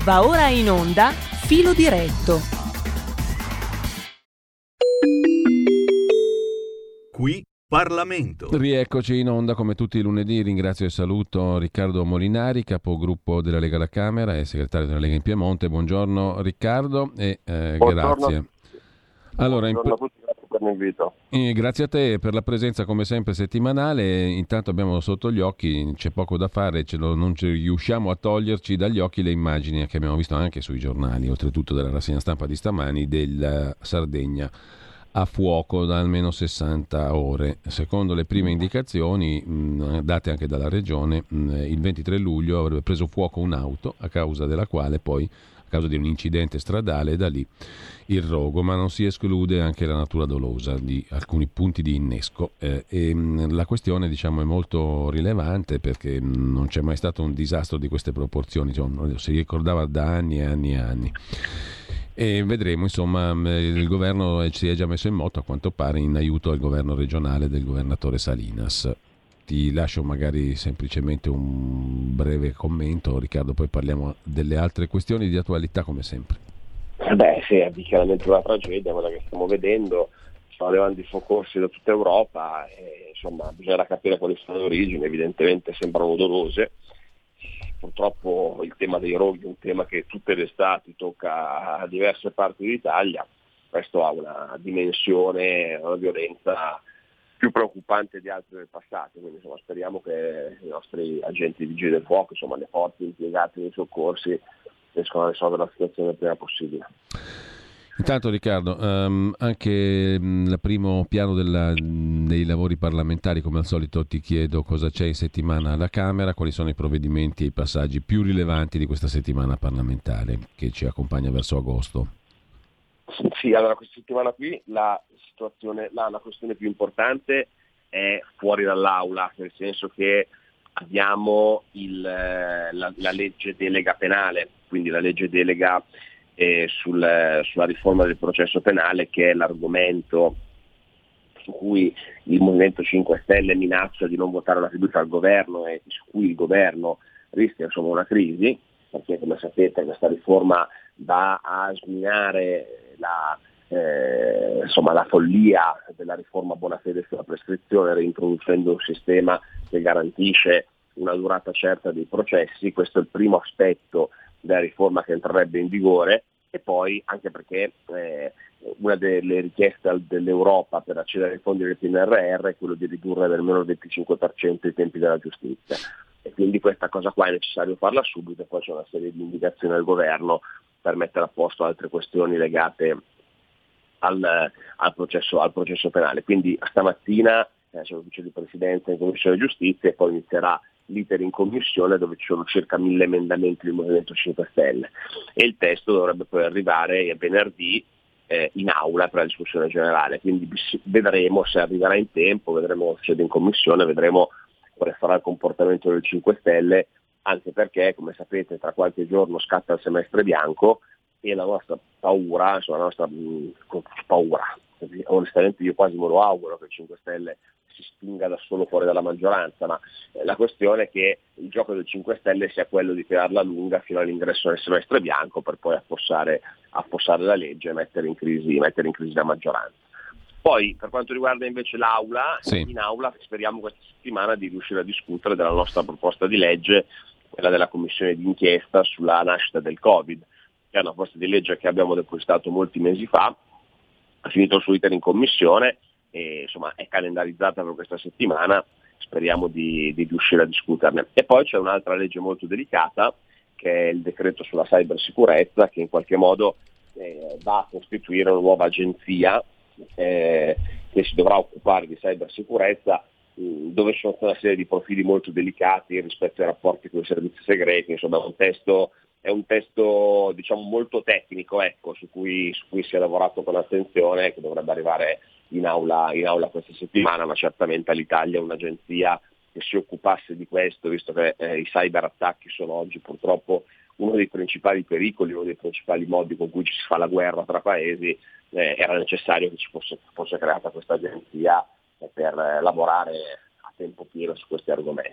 Va ora in onda Filo Diretto. Qui Parlamento. Rieccoci in onda come tutti i lunedì. Ringrazio e saluto Riccardo Molinari, capogruppo della Lega alla Camera e segretario della Lega in Piemonte. Buongiorno Riccardo e grazie. Allora, buongiorno a tutti, grazie per l'invito. Grazie a te per la presenza come sempre settimanale. Intanto abbiamo sotto gli occhi, c'è poco da fare, non ci riusciamo a toglierci dagli occhi le immagini che abbiamo visto anche sui giornali, oltretutto della rassegna stampa di stamani, della Sardegna a fuoco da almeno 60 ore. Secondo le prime indicazioni date anche dalla regione, il 23 luglio avrebbe preso fuoco un'auto a causa della quale poi, a causa di un incidente stradale, da lì il rogo, ma non si esclude anche la natura dolosa di alcuni punti di innesco. La questione, diciamo, è molto rilevante perché non c'è mai stato un disastro di queste proporzioni, si ricordava da anni e anni e anni. E vedremo, insomma, il governo si è già messo in moto a quanto pare in aiuto al governo regionale del governatore Salinas. Ti lascio magari semplicemente un breve commento, Riccardo, poi parliamo delle altre questioni di attualità come sempre. Beh sì, è chiaramente una tragedia quella che stiamo vedendo, stanno arrivando i soccorsi da tutta Europa e, insomma, bisogna capire quali sono le origini, evidentemente sembrano dolose. Purtroppo il tema dei roghi è un tema che tutte le estati tocca a diverse parti d'Italia, questo ha una dimensione, una violenza più preoccupante di altre del passato, quindi insomma, speriamo che i nostri agenti di vigili del fuoco, insomma le forze impiegate nei soccorsi, riescono a risolvere la situazione il prima possibile. Intanto Riccardo, anche il primo piano dei lavori parlamentari, come al solito ti chiedo cosa c'è in settimana alla Camera, quali sono i provvedimenti e i passaggi più rilevanti di questa settimana parlamentare che ci accompagna verso agosto. Sì, allora questa settimana qui la questione più importante è fuori dall'aula, nel senso che abbiamo la legge delega penale, quindi la legge delega sulla riforma del processo penale, che è l'argomento su cui il Movimento 5 Stelle minaccia di non votare la fiducia al governo e su cui il governo rischia insomma una crisi, perché come sapete questa riforma va a sminare la follia della riforma Bonafede sulla prescrizione, reintroducendo un sistema che garantisce una durata certa dei processi. Questo è il primo aspetto della riforma che entrerebbe in vigore, e poi anche perché una delle richieste dell'Europa per accedere ai fondi del PNRR è quello di ridurre del meno il 25% i tempi della giustizia, e quindi questa cosa qua è necessario farla subito, e poi c'è una serie di indicazioni al governo per mettere a posto altre questioni legate al processo penale. Quindi stamattina c'è l'ufficio di presidenza in Commissione Giustizia e poi inizierà l'iter in commissione, dove ci sono circa 1000 emendamenti del Movimento 5 Stelle, e il testo dovrebbe poi arrivare venerdì in aula per la discussione generale, quindi vedremo se arriverà in tempo, vedremo se in commissione, vedremo quale sarà il comportamento del 5 Stelle, anche perché come sapete tra qualche giorno scatta il semestre bianco e la nostra paura, onestamente io quasi me lo auguro che il 5 Stelle si spinga da solo fuori dalla maggioranza, ma la questione è che il gioco del 5 Stelle sia quello di tirarla lunga fino all'ingresso del semestre bianco per poi affossare la legge e mettere in crisi la maggioranza. Poi per quanto riguarda invece l'Aula, sì, in Aula speriamo questa settimana di riuscire a discutere della nostra proposta di legge, quella della commissione d'inchiesta sulla nascita del Covid, che è una proposta di legge che abbiamo depositato molti mesi fa, ha finito il suo iter in commissione e insomma è calendarizzata per questa settimana, speriamo di riuscire a discuterne. E poi c'è un'altra legge molto delicata, che è il decreto sulla cybersicurezza, che in qualche modo va a costituire una nuova agenzia che si dovrà occupare di cybersicurezza, dove ci sono una serie di profili molto delicati rispetto ai rapporti con i servizi segreti. Insomma è un testo diciamo molto tecnico, ecco, su cui si è lavorato con attenzione, che dovrebbe arrivare in aula questa settimana, ma certamente all'Italia un'agenzia che si occupasse di questo, visto che i cyberattacchi sono oggi purtroppo uno dei principali pericoli, uno dei principali modi con cui ci si fa la guerra tra paesi, era necessario che ci fosse creata questa agenzia per lavorare a tempo pieno su questi argomenti.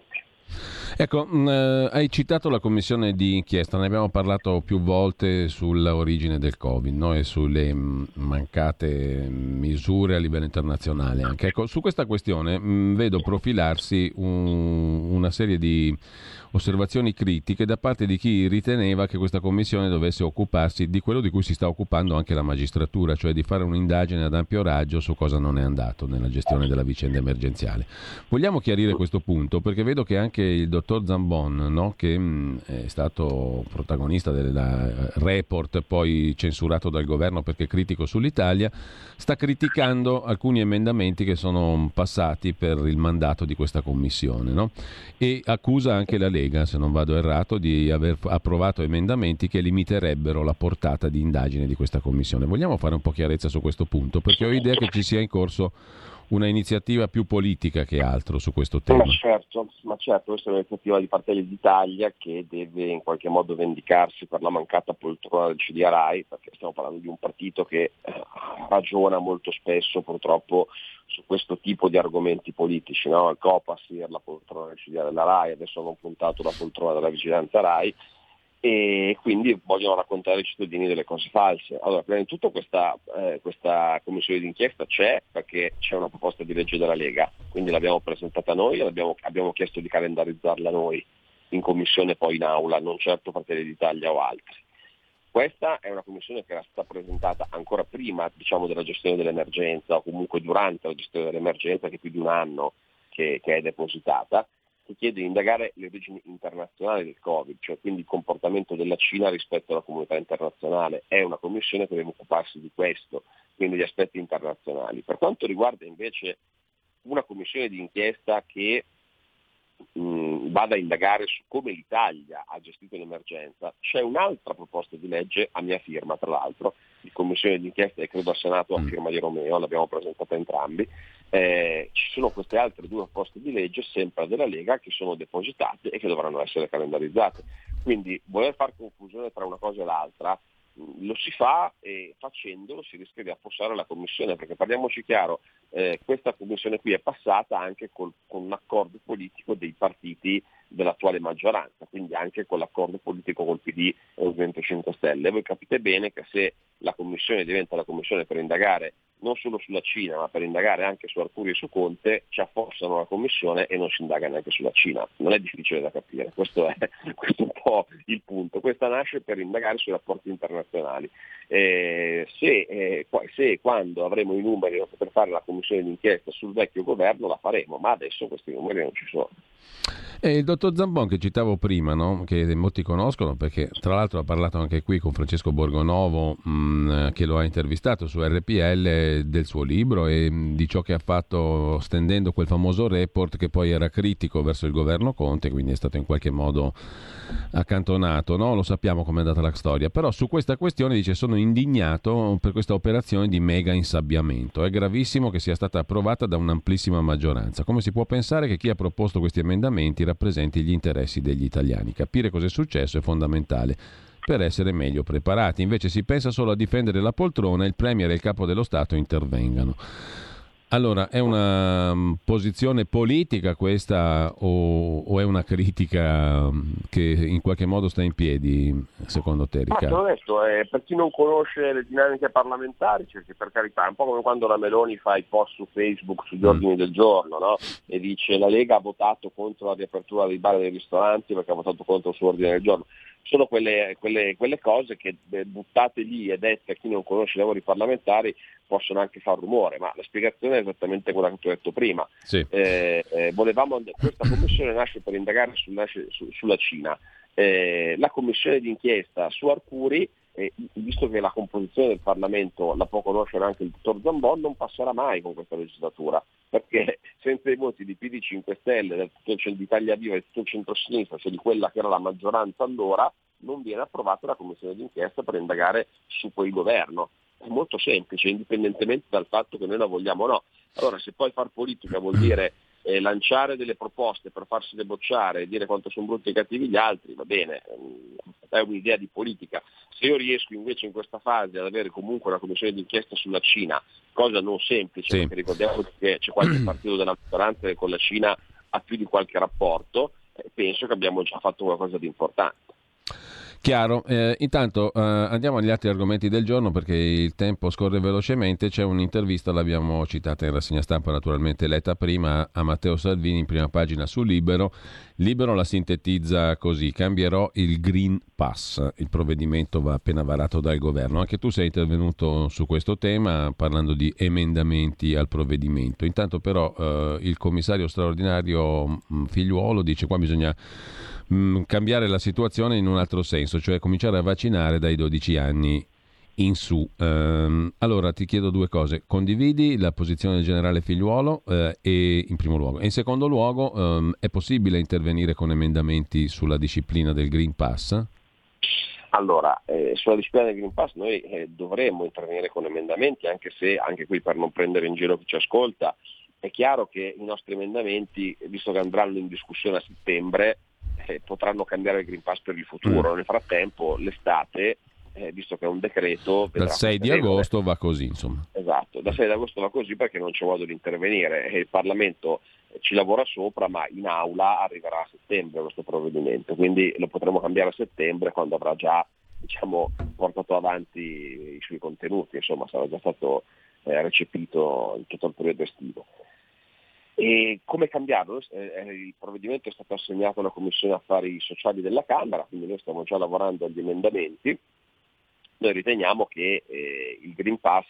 Ecco, hai citato la commissione di inchiesta, ne abbiamo parlato più volte sull'origine del Covid, no? E sulle mancate misure a livello internazionale anche. Ecco, su questa questione vedo profilarsi una serie di osservazioni critiche da parte di chi riteneva che questa commissione dovesse occuparsi di quello di cui si sta occupando anche la magistratura, cioè di fare un'indagine ad ampio raggio su cosa non è andato nella gestione della vicenda emergenziale. Vogliamo chiarire questo punto, perché vedo che anche il dottor Zambon, no, che è stato protagonista del report poi censurato dal governo perché critico sull'Italia, sta criticando alcuni emendamenti che sono passati per il mandato di questa commissione, no? E accusa anche la Lega, se non vado errato, di aver approvato emendamenti che limiterebbero la portata di indagine di questa commissione. Vogliamo fare un po' chiarezza su questo punto, perché ho idea che ci sia in corso una iniziativa più politica che altro su questo tema. Ma certo, questa è un'iniziativa di Fratelli d'Italia che deve in qualche modo vendicarsi per la mancata poltrona del CDA-RAI, perché stiamo parlando di un partito che ragiona molto spesso purtroppo su questo tipo di argomenti politici, no? Il Copasir, la poltrona del CDA della RAI, adesso hanno puntato la poltrona della vigilanza RAI, e quindi vogliono raccontare ai cittadini delle cose false. Allora, prima di tutto questa commissione d'inchiesta c'è perché c'è una proposta di legge della Lega, quindi l'abbiamo presentata noi e abbiamo chiesto di calendarizzarla noi in commissione, poi in aula, non certo Fratelli d'Italia o altri. Questa è una commissione che era stata presentata ancora prima, diciamo, della gestione dell'emergenza, o comunque durante la gestione dell'emergenza, che è più di un anno che è depositata, che chiede di indagare le origini internazionali del Covid, cioè quindi il comportamento della Cina rispetto alla comunità internazionale. È una commissione che deve occuparsi di questo, quindi di aspetti internazionali. Per quanto riguarda invece una commissione di inchiesta che vada a indagare su come l'Italia ha gestito l'emergenza, c'è un'altra proposta di legge a mia firma, tra l'altro, di commissione di inchiesta, e credo al Senato a firma di Romeo, l'abbiamo presentata entrambi. Ci sono queste altre due proposte di legge sempre della Lega che sono depositate e che dovranno essere calendarizzate. Quindi voler fare confusione tra una cosa e l'altra lo si fa, e facendolo si rischia di affossare la commissione, perché parliamoci chiaro, questa commissione qui è passata anche con un accordo politico dei partiti dell'attuale maggioranza, quindi anche con l'accordo politico col PD e il Movimento 5 Stelle. Voi capite bene che se la commissione diventa la commissione per indagare non solo sulla Cina, ma per indagare anche su Arcuri e su Conte, ci affossano la commissione e non si indaga neanche sulla Cina. Non è difficile da capire, questo è un po' il punto. Questa nasce per indagare sui rapporti internazionali. Se e quando avremo i numeri per fare la commissione d'inchiesta sul vecchio governo la faremo, ma adesso questi numeri non ci sono. E il dottor Zambon che citavo prima, no? Che molti conoscono perché tra l'altro ha parlato anche qui con Francesco Borgonovo, che lo ha intervistato su RPL, del suo libro e di ciò che ha fatto stendendo quel famoso report che poi era critico verso il governo Conte, quindi è stato in qualche modo accantonato, no? Lo sappiamo com'è andata la storia, però su questa questione dice: sono indignato per questa operazione di mega insabbiamento, è gravissimo che sia stata approvata da un'amplissima maggioranza. Come si può pensare che chi ha proposto questi emendamenti rappresenti gli interessi degli italiani? Capire cosa è successo è fondamentale per essere meglio preparati. Invece si pensa solo a difendere la poltrona, il premier e il capo dello Stato intervengano. Allora, è una posizione politica questa o è una critica che in qualche modo sta in piedi, secondo te, Riccardo? Ma detto, per chi non conosce le dinamiche parlamentari, cioè, per carità, è un po' come quando la Meloni fa i post su Facebook sugli ordini del giorno, no? E dice: la Lega ha votato contro la riapertura dei bar e dei ristoranti perché ha votato contro il suo ordine del giorno. Sono quelle cose che buttate lì e dette a chi non conosce i lavori parlamentari possono anche far rumore, ma la spiegazione è esattamente quella che ti ho detto prima. Sì. Questa commissione nasce per indagare sulla Cina. La commissione d'inchiesta su Arcuri, visto che la composizione del Parlamento la può conoscere anche il dottor Zambon, non passerà mai con questa legislatura, perché senza i voti di PD 5 Stelle, di Italia Viva e di tutto il centro-sinistra, cioè di quella che era la maggioranza allora, non viene approvata la commissione d'inchiesta per indagare su quel governo. È molto semplice, indipendentemente dal fatto che noi la vogliamo o no. Allora, se poi far politica vuol dire lanciare delle proposte per farsele bocciare e dire quanto sono brutti e cattivi gli altri, va bene, è un'idea di politica. Se io riesco invece in questa fase ad avere comunque una commissione d'inchiesta sulla Cina, cosa non semplice, sì, perché ricordiamo che c'è qualche partito della maggioranza che con la Cina ha più di qualche rapporto, penso che abbiamo già fatto qualcosa di importante. Chiaro, intanto andiamo agli altri argomenti del giorno perché il tempo scorre velocemente. C'è un'intervista, l'abbiamo citata in rassegna stampa naturalmente letta prima, a Matteo Salvini in prima pagina su Libero. Libero la sintetizza così: cambierò il Green Pass, il provvedimento va appena varato dal governo. Anche tu sei intervenuto su questo tema parlando di emendamenti al provvedimento. Intanto però il commissario straordinario Figliuolo dice qua bisogna cambiare la situazione in un altro senso, cioè cominciare a vaccinare dai 12 anni in su. Allora ti chiedo due cose: condividi la posizione del generale Figliuolo e in primo luogo, e in secondo luogo è possibile intervenire con emendamenti sulla disciplina del Green Pass? Allora, sulla disciplina del Green Pass noi dovremmo intervenire con emendamenti, anche se, anche qui per non prendere in giro chi ci ascolta, è chiaro che i nostri emendamenti, visto che andranno in discussione a settembre, potranno cambiare il Green Pass per il futuro. Nel frattempo l'estate, visto che è un decreto, dal 6 di agosto va così, insomma. Esatto, dal 6 di agosto va così perché non c'è modo di intervenire e il Parlamento ci lavora sopra, ma in aula arriverà a settembre questo provvedimento, quindi lo potremo cambiare a settembre quando avrà già, diciamo, portato avanti i suoi contenuti, insomma sarà già stato recepito in tutto il periodo estivo. E come cambiarlo? Il provvedimento è stato assegnato alla Commissione Affari Sociali della Camera, quindi noi stiamo già lavorando agli emendamenti. Noi riteniamo che il Green Pass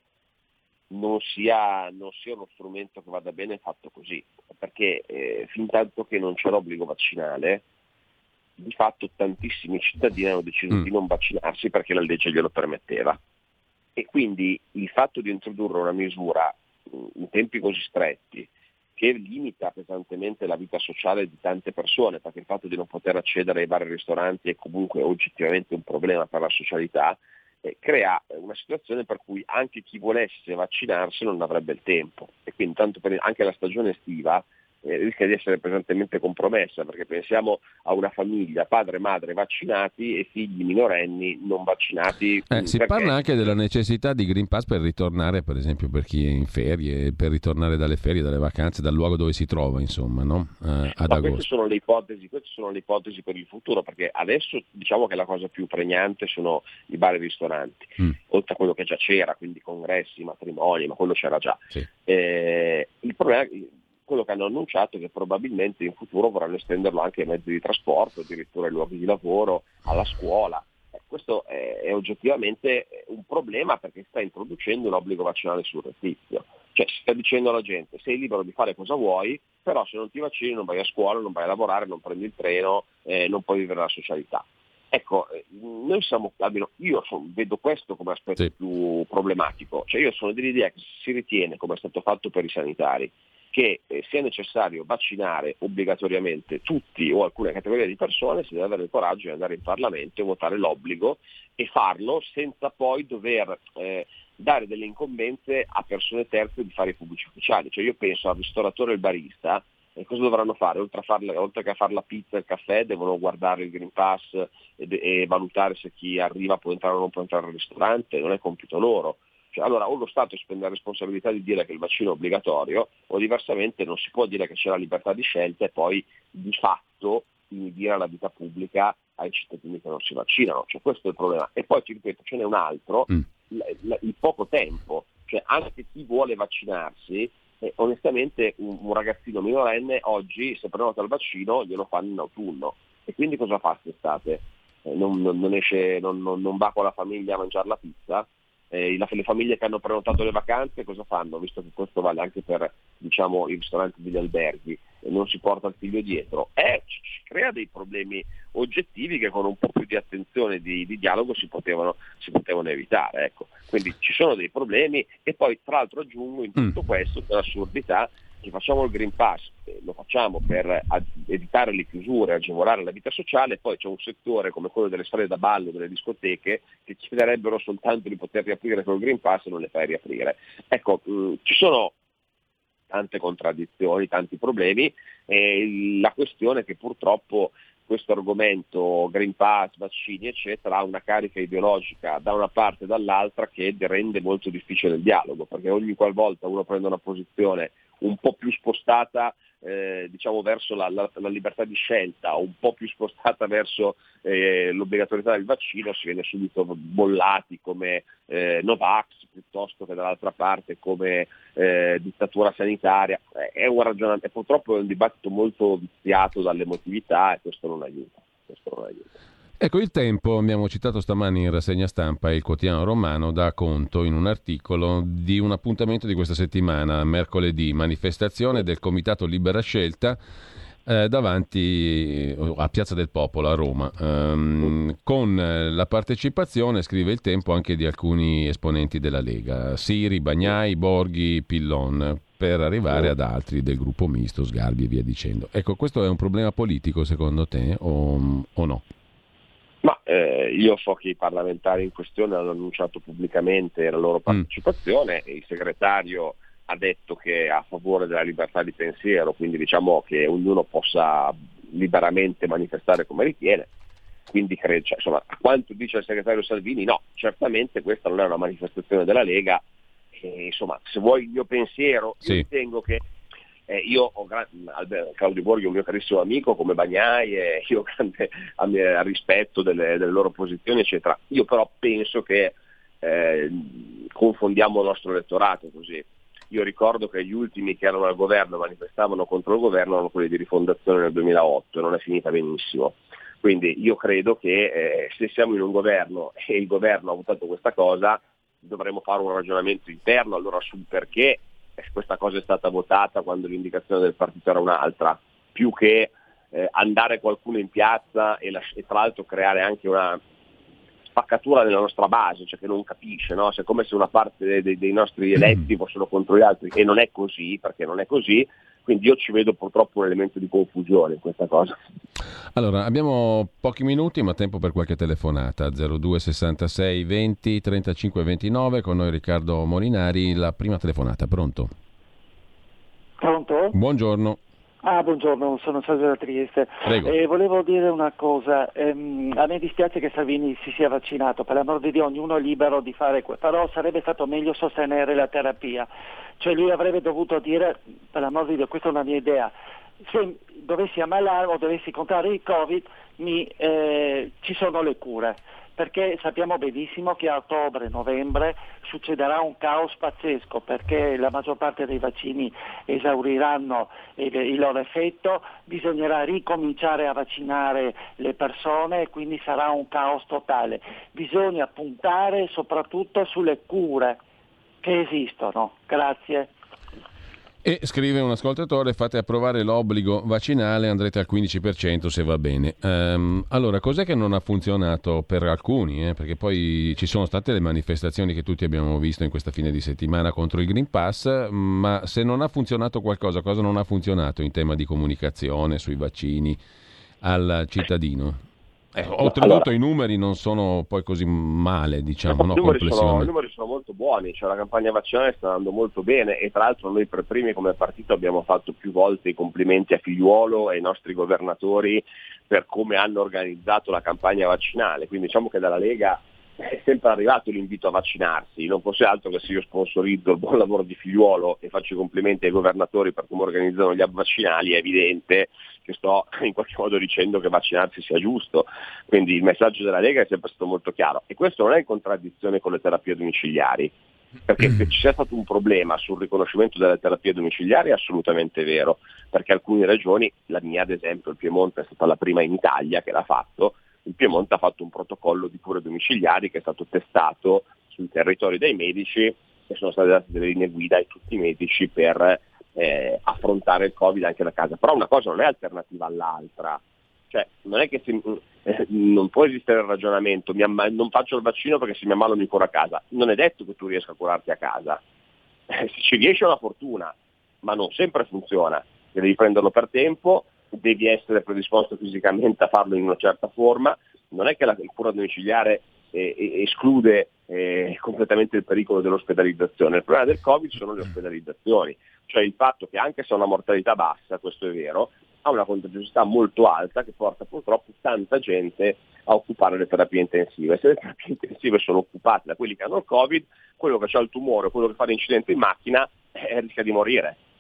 non sia uno strumento che vada bene fatto così, perché fin tanto che non c'è l'obbligo vaccinale, di fatto tantissimi cittadini hanno deciso di non vaccinarsi perché la legge glielo permetteva. E quindi il fatto di introdurre una misura in tempi così stretti, che limita pesantemente la vita sociale di tante persone, perché il fatto di non poter accedere ai vari ristoranti è comunque oggettivamente un problema per la socialità, crea una situazione per cui anche chi volesse vaccinarsi non avrebbe il tempo, e quindi tanto anche la stagione estiva rischia di essere pesantemente compromessa, perché pensiamo a una famiglia, padre e madre vaccinati e figli minorenni non vaccinati. Si parla anche della necessità di Green Pass per ritornare, per esempio per chi è in ferie, per ritornare dalle ferie, dalle vacanze, dal luogo dove si trova, insomma, no? Ad agosto. Queste sono le ipotesi per il futuro, perché adesso diciamo che la cosa più pregnante sono i bar e ristoranti, oltre a quello che già c'era, quindi congressi, matrimoni, ma quello c'era già. Sì. Il problema, quello che hanno annunciato è che probabilmente in futuro vorranno estenderlo anche ai mezzi di trasporto, addirittura ai luoghi di lavoro, alla scuola. Questo è oggettivamente un problema, perché sta introducendo un obbligo vaccinale surrettizio. Cioè si sta dicendo alla gente: sei libero di fare cosa vuoi, però se non ti vaccini non vai a scuola, non vai a lavorare, non prendi il treno, non puoi vivere la socialità. Ecco, noi siamo, almeno io vedo questo come aspetto più problematico. Cioè io sono dell'idea che si ritiene, come è stato fatto per i sanitari, che sia necessario vaccinare obbligatoriamente tutti o alcune categorie di persone, si deve avere il coraggio di andare in Parlamento e votare l'obbligo, e farlo senza poi dover dare delle incombenze a persone terze di fare i pubblici ufficiali. Cioè io penso al ristoratore e al barista, cosa dovranno fare? Oltre che a fare la pizza e il caffè, devono guardare il Green Pass e valutare se chi arriva può entrare o non può entrare al ristorante. Non è compito loro. Allora o lo Stato spende la responsabilità di dire che il vaccino è obbligatorio, o diversamente non si può dire che c'è la libertà di scelta e poi di fatto inibire la vita pubblica ai cittadini che non si vaccinano. Cioè, questo è il problema. E poi ti ripeto, ce n'è un altro, il poco tempo. Cioè anche chi vuole vaccinarsi, onestamente un ragazzino minorenne oggi, se prenota il vaccino, glielo fanno in autunno. E quindi cosa fa quest'estate? Non esce, non va con la famiglia a mangiare la pizza? Le famiglie che hanno prenotato le vacanze cosa fanno? Visto che questo vale anche per, diciamo, i ristoranti degli alberghi, non si porta il figlio dietro, ci crea dei problemi oggettivi che con un po' più di attenzione, di dialogo si potevano evitare, ecco. Quindi ci sono dei problemi, e poi tra l'altro aggiungo in tutto questo l'assurdità che facciamo il Green Pass, lo facciamo per evitare le chiusure, agevolare la vita sociale, poi c'è un settore come quello delle sale da ballo, delle discoteche, che chiederebbero soltanto di poter riaprire con il Green Pass e non le fai riaprire. Ecco, ci sono tante contraddizioni, tanti problemi, e la questione è che purtroppo questo argomento Green Pass, vaccini eccetera ha una carica ideologica da una parte e dall'altra che rende molto difficile il dialogo, perché ogni qualvolta uno prende una posizione un po' più spostata diciamo verso la libertà di scelta, un po' più spostata verso l'obbligatorietà del vaccino, si viene subito bollati come Novax, piuttosto che dall'altra parte come dittatura sanitaria. È un ragionamento, purtroppo è un dibattito molto viziato dall'emotività e questo non aiuta. Ecco, il Tempo, abbiamo citato stamani in rassegna stampa, il quotidiano romano dà conto in un articolo di un appuntamento di questa settimana, mercoledì, manifestazione del Comitato Libera Scelta davanti a Piazza del Popolo a Roma, con la partecipazione, scrive il Tempo, anche di alcuni esponenti della Lega, Siri, Bagnai, Borghi, Pillon, per arrivare ad altri del gruppo misto, Sgarbi e via dicendo. Ecco, questo è un problema politico secondo te o no? Ma io so che i parlamentari in questione hanno annunciato pubblicamente la loro partecipazione e il segretario ha detto che è a favore della libertà di pensiero, quindi diciamo che ognuno possa liberamente manifestare come ritiene. Quindi insomma, a quanto dice il segretario Salvini, no, certamente questa non è una manifestazione della Lega. Insomma, se vuoi il mio pensiero, sì. Io ritengo che io ho Claudio Borghi è un mio carissimo amico come Bagnai e io ho grande rispetto delle loro posizioni eccetera. Io però penso che confondiamo il nostro elettorato così. Io ricordo che gli ultimi che erano al governo manifestavano contro il governo erano quelli di Rifondazione nel 2008 e non è finita benissimo. Quindi io credo che se siamo in un governo e il governo ha votato questa cosa dovremmo fare un ragionamento interno allora sul perché questa cosa è stata votata quando l'indicazione del partito era un'altra, più che andare qualcuno in piazza e tra l'altro creare anche una spaccatura nella nostra base, cioè che non capisce, no? Cioè, come se una parte dei nostri eletti fossero contro gli altri e non è così, perché non è così, quindi io ci vedo purtroppo un elemento di confusione in questa cosa. Allora, abbiamo pochi minuti ma tempo per qualche telefonata, 02 66 20 35 29, con noi Riccardo Molinari, la prima telefonata, pronto? Pronto? Buongiorno. Buongiorno, sono Sergio da Trieste. Volevo dire una cosa, a me dispiace che Salvini si sia vaccinato, per l'amor di Dio ognuno è libero di fare però sarebbe stato meglio sostenere la terapia, cioè lui avrebbe dovuto dire, per l'amor di Dio, questa è una mia idea, se dovessi ammalare o dovessi contrarre il Covid ci sono le cure, perché sappiamo benissimo che a ottobre-novembre succederà un caos pazzesco, perché la maggior parte dei vaccini esauriranno il loro effetto, bisognerà ricominciare a vaccinare le persone e quindi sarà un caos totale. Bisogna puntare soprattutto sulle cure che esistono. Grazie. E scrive un ascoltatore, fate approvare l'obbligo vaccinale, andrete al 15% se va bene. Allora, cos'è che non ha funzionato per alcuni? Perché poi ci sono state le manifestazioni che tutti abbiamo visto in questa fine di settimana contro il Green Pass, ma se non ha funzionato qualcosa, cosa non ha funzionato in tema di comunicazione sui vaccini al cittadino? Oltretutto i numeri non sono poi così male, diciamo, I numeri sono molto buoni, cioè la campagna vaccinale sta andando molto bene e tra l'altro noi per primi come partito abbiamo fatto più volte i complimenti a Figliuolo e ai nostri governatori per come hanno organizzato la campagna vaccinale, quindi diciamo che dalla Lega è sempre arrivato l'invito a vaccinarsi, non fosse altro che se io sponsorizzo il buon lavoro di Figliuolo e faccio i complimenti ai governatori per come organizzano gli hub vaccinali, è evidente che sto in qualche modo dicendo che vaccinarsi sia giusto, quindi il messaggio della Lega è sempre stato molto chiaro e questo non è in contraddizione con le terapie domiciliari, perché se ci sia stato un problema sul riconoscimento delle terapie domiciliari è assolutamente vero, perché alcune regioni, la mia ad esempio, il Piemonte è stata la prima in Italia che l'ha fatto, il Piemonte ha fatto un protocollo di cure domiciliari che è stato testato sul territorio dai medici e sono state date delle linee guida a tutti i medici per affrontare il Covid anche da casa. Però una cosa non è alternativa all'altra, cioè non è che non può esistere il ragionamento non faccio il vaccino perché se mi ammalo mi curo a casa, non è detto che tu riesca a curarti a casa, se ci riesci è una fortuna, ma non sempre funziona, devi prenderlo per tempo, devi essere predisposto fisicamente a farlo in una certa forma, non è che la cura domiciliare esclude completamente il pericolo dell'ospedalizzazione. Il problema del Covid sono le ospedalizzazioni, cioè il fatto che anche se ha una mortalità bassa, questo è vero, ha una contagiosità molto alta che porta purtroppo tanta gente a occupare le terapie intensive. Se le terapie intensive sono occupate da quelli che hanno il Covid, quello che ha il tumore, quello che fa l'incidente in macchina rischia di morire.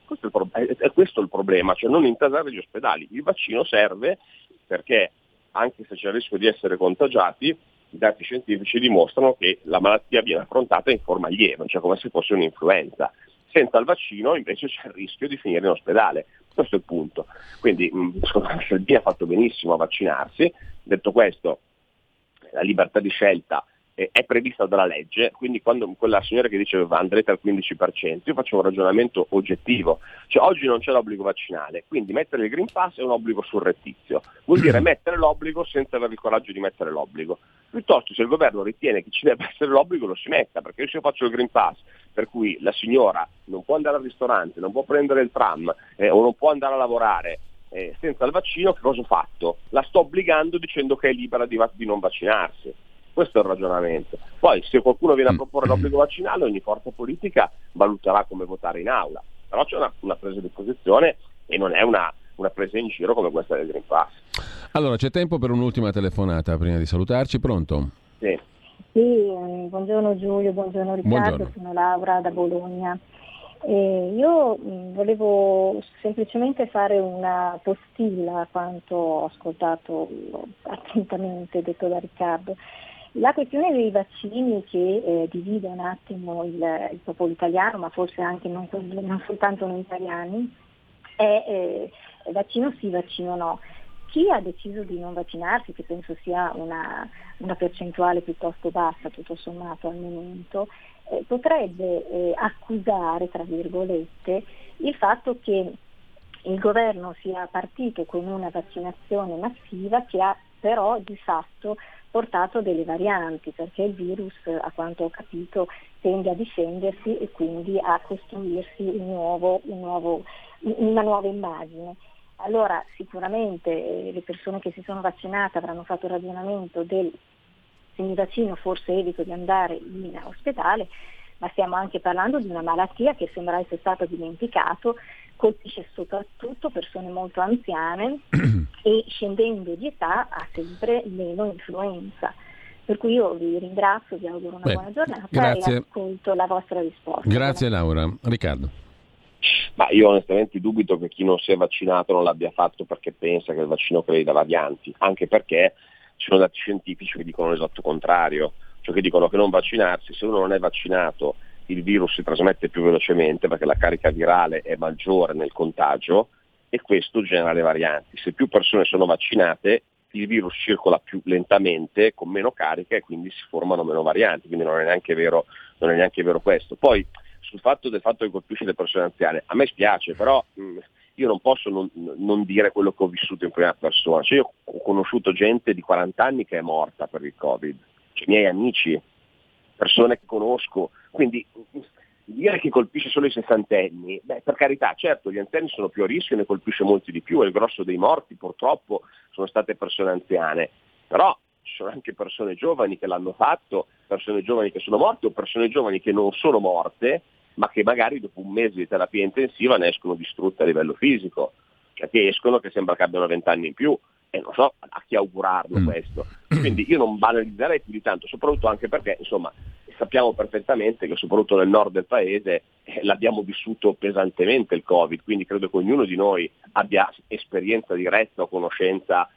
È questo il problema, cioè non intasare gli ospedali. Il vaccino serve perché, anche se c'è il rischio di essere contagiati, i dati scientifici dimostrano che la malattia viene affrontata in forma lieve, cioè come se fosse un'influenza. Senza il vaccino invece c'è il rischio di finire in ospedale. Questo è il punto. Quindi secondo me Salvini ha fatto benissimo a vaccinarsi. Detto questo, la libertà di scelta è prevista dalla legge, quindi quando quella signora che diceva andrete al 15%, io faccio un ragionamento oggettivo, cioè oggi non c'è l'obbligo vaccinale, quindi mettere il Green Pass è un obbligo surrettizio, vuol dire mettere l'obbligo senza avere il coraggio di mettere l'obbligo. Piuttosto, se il governo ritiene che ci debba essere l'obbligo, lo si metta, perché se io faccio il Green Pass per cui la signora non può andare al ristorante, non può prendere il tram o non può andare a lavorare senza il vaccino, che cosa ho fatto? La sto obbligando dicendo che è libera di non vaccinarsi. Questo è il ragionamento. Poi se qualcuno viene a proporre l'obbligo vaccinale, ogni forza politica valuterà come votare in aula. Però c'è una presa di posizione e non è una presa in giro come questa del Green Pass. Allora, c'è tempo per un'ultima telefonata prima di salutarci. Pronto? Sì, buongiorno Giulio, buongiorno Riccardo, buongiorno. Sono Laura da Bologna. Io volevo semplicemente fare una postilla a quanto ho ascoltato attentamente detto da Riccardo. La questione dei vaccini che divide un attimo il popolo italiano, ma forse anche non soltanto noi italiani, è vaccino sì, vaccino no. Chi ha deciso di non vaccinarsi, che penso sia una percentuale piuttosto bassa tutto sommato al momento, potrebbe accusare, tra virgolette, il fatto che il governo sia partito con una vaccinazione massiva che ha però di fatto portato delle varianti, perché il virus, a quanto ho capito, tende a difendersi e quindi a costruirsi una nuova immagine. Allora sicuramente le persone che si sono vaccinate avranno fatto il ragionamento del se mi vaccino forse evito di andare in ospedale, ma stiamo anche parlando di una malattia che sembra essere stata dimenticata, colpisce soprattutto persone molto anziane e scendendo di età ha sempre meno influenza. Per cui io vi ringrazio, vi auguro una buona giornata grazie. E ascolto la vostra risposta. Grazie Laura. Riccardo. Ma io onestamente dubito che chi non si è vaccinato non l'abbia fatto perché pensa che il vaccino crei da varianti, anche perché ci sono dati scientifici che dicono l'esatto contrario, cioè che dicono che non vaccinarsi, se uno non è vaccinato il virus si trasmette più velocemente perché la carica virale è maggiore nel contagio e questo genera le varianti. Se più persone sono vaccinate il virus circola più lentamente, con meno carica e quindi si formano meno varianti, quindi non è neanche vero questo. Poi sul fatto che colpisce le persone anziane, a me spiace, però io non posso non dire quello che ho vissuto in prima persona. Cioè io ho conosciuto gente di 40 anni che è morta per il Covid, cioè miei amici, persone che conosco, quindi dire che colpisce solo i sessantenni, per carità, certo gli anziani sono più a rischio, ne colpisce molti di più e il grosso dei morti purtroppo sono state persone anziane, però ci sono anche persone giovani che l'hanno fatto, persone giovani che sono morte o persone giovani che non sono morte ma che magari dopo un mese di terapia intensiva ne escono distrutte a livello fisico, cioè che escono che sembra che abbiano 20 anni in più e non so a chi augurarlo questo. Quindi io non banalizzerei più di tanto, soprattutto anche perché insomma sappiamo perfettamente che soprattutto nel nord del paese l'abbiamo vissuto pesantemente il Covid, quindi credo che ognuno di noi abbia esperienza diretta o conoscenza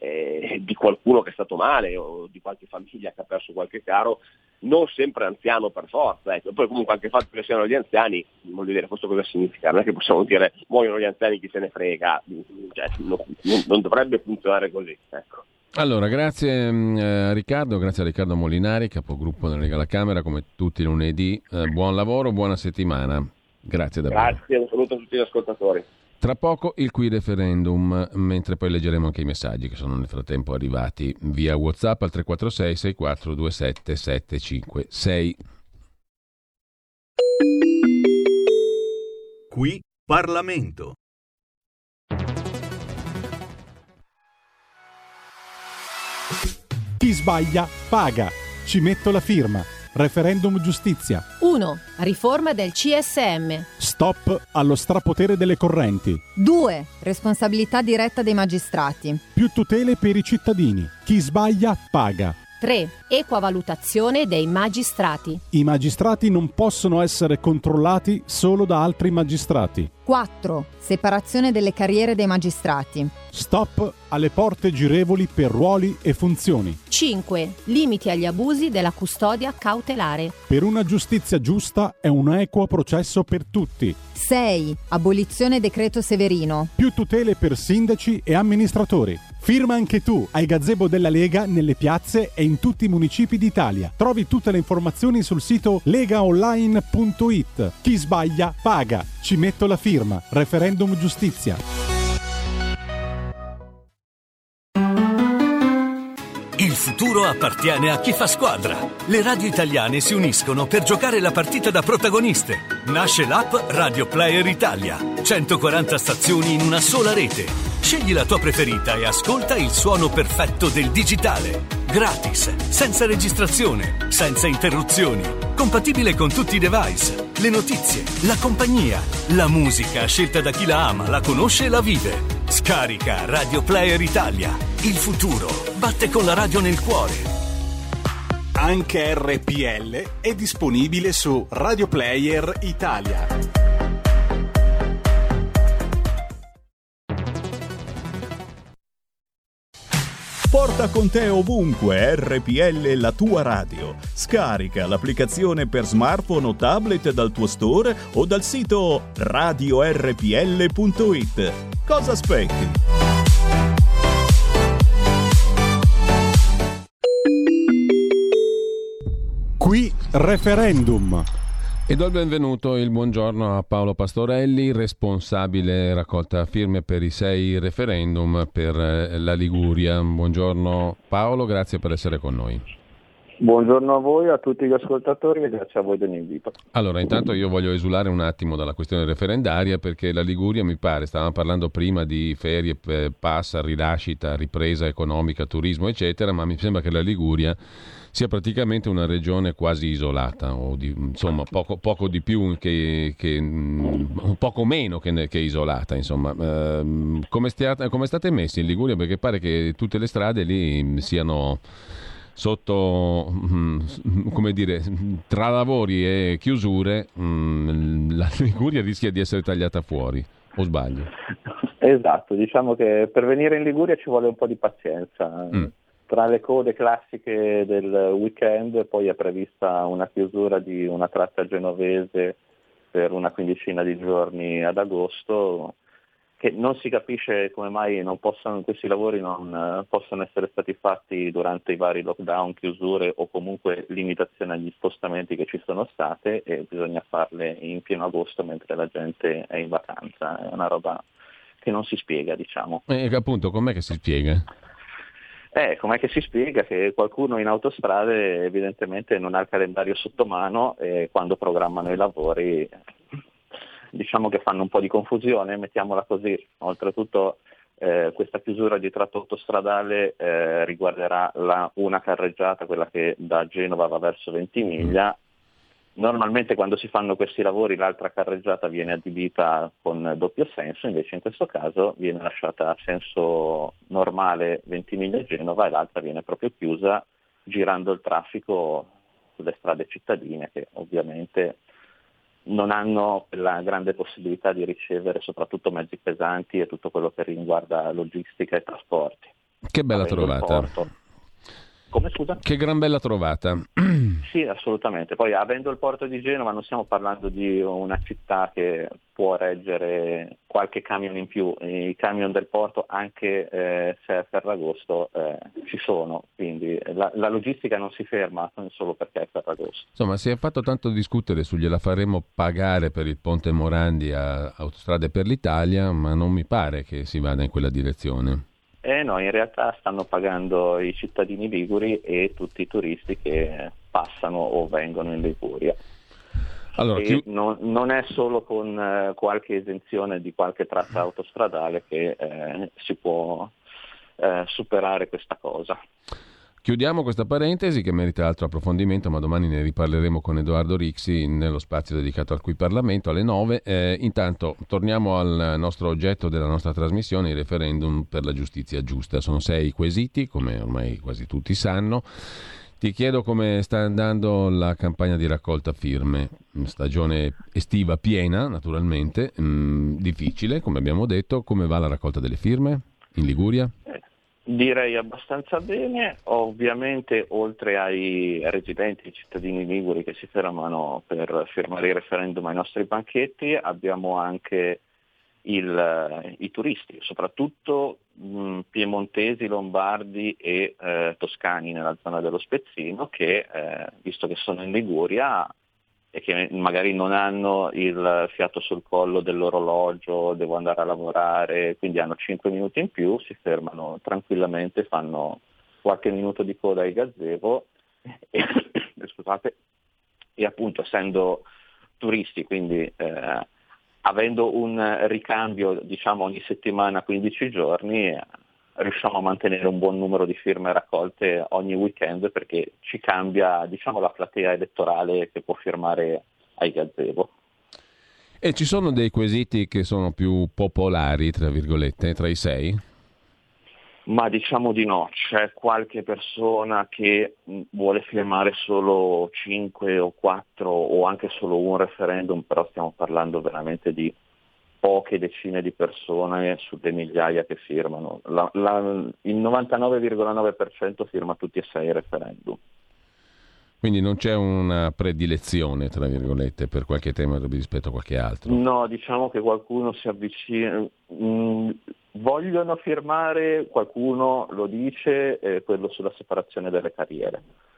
di qualcuno che è stato male o di qualche famiglia che ha perso qualche caro, non sempre anziano per forza, ecco. Poi comunque anche il fatto che siano gli anziani, voglio dire, questo cosa significa? Non è che possiamo dire muoiono gli anziani, chi se ne frega, cioè, non dovrebbe funzionare così, ecco. Allora, grazie a Riccardo Molinari, capogruppo della Lega alla Camera, come tutti i lunedì. Buon lavoro, buona settimana. Grazie davvero. Grazie, un saluto a tutti gli ascoltatori. Tra poco il qui referendum, mentre poi leggeremo anche i messaggi che sono nel frattempo arrivati via WhatsApp al 346 6427 756. Qui Parlamento. Chi sbaglia paga. Ci metto la firma. Referendum giustizia. 1. Riforma del CSM. Stop allo strapotere delle correnti. 2. Responsabilità diretta dei magistrati. Più tutele per i cittadini. Chi sbaglia paga. 3. Equa valutazione dei magistrati. I magistrati non possono essere controllati solo da altri magistrati. 4. Separazione delle carriere dei magistrati. Stop alle porte girevoli per ruoli e funzioni. 5. Limiti agli abusi della custodia cautelare. Per una giustizia giusta e un equo processo per tutti. 6. Abolizione decreto Severino. Più tutele per sindaci e amministratori. Firma anche tu ai gazebo della Lega nelle piazze e in tutti i municipi d'Italia. Trovi tutte le informazioni sul sito legaonline.it. Chi sbaglia paga. Ci metto la firma. Referendum giustizia. Il futuro appartiene a chi fa squadra. Le radio italiane si uniscono per giocare la partita da protagoniste. Nasce l'app Radio Player Italia. 140 stazioni in una sola rete. Scegli la tua preferita e ascolta il suono perfetto del digitale. Gratis, senza registrazione, senza interruzioni. Compatibile con tutti i device. Le notizie, la compagnia, la musica scelta da chi la ama, la conosce e la vive. Scarica Radio Player Italia. Il futuro batte con la radio nel cuore. Anche RPL è disponibile su Radio Player Italia. Porta con te ovunque RPL, la tua radio. Scarica l'applicazione per smartphone o tablet dal tuo store o dal sito radiorpl.it. Cosa aspetti? Qui Referendum. E do il benvenuto e il buongiorno a Paolo Pastorelli, responsabile raccolta firme per i 6 referendum per la Liguria. Buongiorno Paolo, grazie per essere con noi. Buongiorno a voi, a tutti gli ascoltatori e grazie a voi dell'invito. Allora, intanto io voglio esulare un attimo dalla questione referendaria perché la Liguria, mi pare, stavamo parlando prima di ferie, pass, rinascita, ripresa economica, turismo eccetera, ma mi sembra che la Liguria sia praticamente una regione quasi isolata, o insomma poco di più poco meno che isolata, insomma. Come state messi in Liguria? Perché pare che tutte le strade lì siano sotto, come dire, tra lavori e chiusure, la Liguria rischia di essere tagliata fuori, o sbaglio? Esatto, diciamo che per venire in Liguria ci vuole un po' di pazienza. Tra le code classiche del weekend poi è prevista una chiusura di una tratta genovese per una quindicina di giorni ad agosto, che non si capisce come mai questi lavori non possano essere stati fatti durante i vari lockdown, chiusure o comunque limitazioni agli spostamenti che ci sono state, e bisogna farle in pieno agosto mentre la gente è in vacanza. È una roba che non si spiega, diciamo. E appunto, com'è che si spiega? Com'è che si spiega che qualcuno in autostrade evidentemente non ha il calendario sotto mano e quando programmano i lavori diciamo che fanno un po' di confusione, mettiamola così. Oltretutto questa chiusura di tratto autostradale riguarderà una carreggiata, quella che da Genova va verso Ventimiglia. Normalmente quando si fanno questi lavori l'altra carreggiata viene adibita con doppio senso, invece in questo caso viene lasciata a senso normale Ventimiglia-Genova e l'altra viene proprio chiusa, girando il traffico sulle strade cittadine che ovviamente non hanno quella grande possibilità di ricevere soprattutto mezzi pesanti e tutto quello che riguarda logistica e trasporti. Che bella trovata. Come, scusa? Che gran bella trovata. Sì, assolutamente. Poi avendo il porto di Genova non stiamo parlando di una città che può reggere qualche camion in più. I camion del porto, anche se è Ferragosto, ci sono, quindi la logistica non si ferma solo perché è Ferragosto. Insomma, si è fatto tanto discutere su gliela faremo pagare per il ponte Morandi a Autostrade per l'Italia, ma non mi pare che si vada in quella direzione. No, in realtà stanno pagando i cittadini liguri e tutti i turisti che passano o vengono in Liguria. Allora, non è solo con qualche esenzione di qualche tratta autostradale che si può superare questa cosa. Chiudiamo questa parentesi che merita altro approfondimento, ma domani ne riparleremo con Edoardo Rixi nello spazio dedicato al Qui Parlamento alle 9. Intanto torniamo al nostro oggetto della nostra trasmissione, il referendum per la giustizia giusta. Sono 6 quesiti, come ormai quasi tutti sanno. Ti chiedo come sta andando la campagna di raccolta firme, stagione estiva piena naturalmente, difficile come abbiamo detto. Come va la raccolta delle firme in Liguria? Direi abbastanza bene, ovviamente oltre ai residenti, ai cittadini liguri che si fermano per firmare il referendum ai nostri banchetti, abbiamo anche i turisti, soprattutto piemontesi, lombardi e toscani nella zona dello Spezzino che, visto che sono in Liguria e che magari non hanno il fiato sul collo dell'orologio, devo andare a lavorare, quindi hanno 5 minuti in più, si fermano tranquillamente, fanno qualche minuto di coda ai gazebo scusate, e appunto essendo turisti, quindi avendo un ricambio diciamo ogni settimana 15 giorni, riusciamo a mantenere un buon numero di firme raccolte ogni weekend, perché ci cambia diciamo la platea elettorale che può firmare ai gazebo. E ci sono dei quesiti che sono più popolari, tra virgolette, tra i 6? Ma diciamo di no, c'è qualche persona che vuole firmare solo 5 o 4 o anche solo un referendum, però stiamo parlando veramente di poche decine di persone sulle migliaia che firmano. Il 99,9% firma tutti e 6 i referendum. Quindi non c'è una predilezione, tra virgolette, per qualche tema rispetto a qualche altro? No, diciamo che qualcuno si avvicina, vogliono firmare, qualcuno lo dice, quello sulla separazione delle carriere,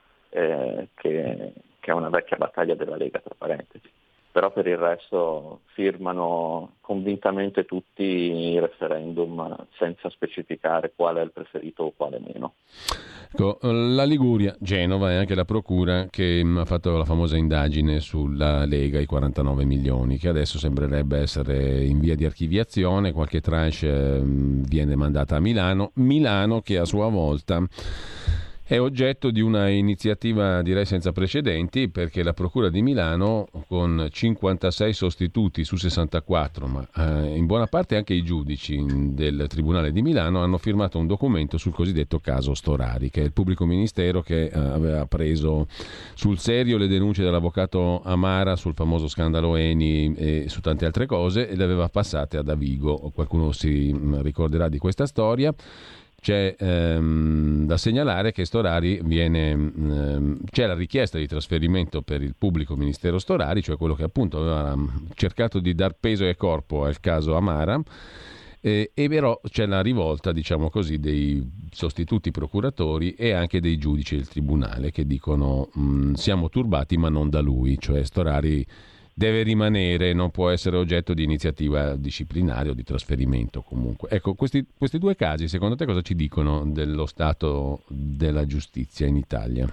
che è una vecchia battaglia della Lega, tra parentesi. Però per il resto firmano convintamente tutti i referendum senza specificare quale è il preferito o quale meno. Ecco, la Liguria, Genova e anche la Procura che ha fatto la famosa indagine sulla Lega, i 49 milioni, che adesso sembrerebbe essere in via di archiviazione, qualche tranche viene mandata a Milano che a sua volta è oggetto di una iniziativa direi senza precedenti, perché la Procura di Milano, con 56 sostituti su 64, ma in buona parte anche i giudici del Tribunale di Milano, hanno firmato un documento sul cosiddetto caso Storari, che è il pubblico ministero che aveva preso sul serio le denunce dell'avvocato Amara sul famoso scandalo Eni e su tante altre cose, e le aveva passate a Davigo. Qualcuno si ricorderà di questa storia. C'è da segnalare che Storari c'è la richiesta di trasferimento per il pubblico ministero Storari, cioè quello che appunto aveva cercato di dar peso e corpo al caso Amara, e però c'è la rivolta, diciamo così, dei sostituti procuratori e anche dei giudici del tribunale che dicono siamo turbati ma non da lui, cioè Storari deve rimanere, non può essere oggetto di iniziativa disciplinare o di trasferimento comunque. Ecco, questi 2 casi, secondo te cosa ci dicono dello stato della giustizia in Italia?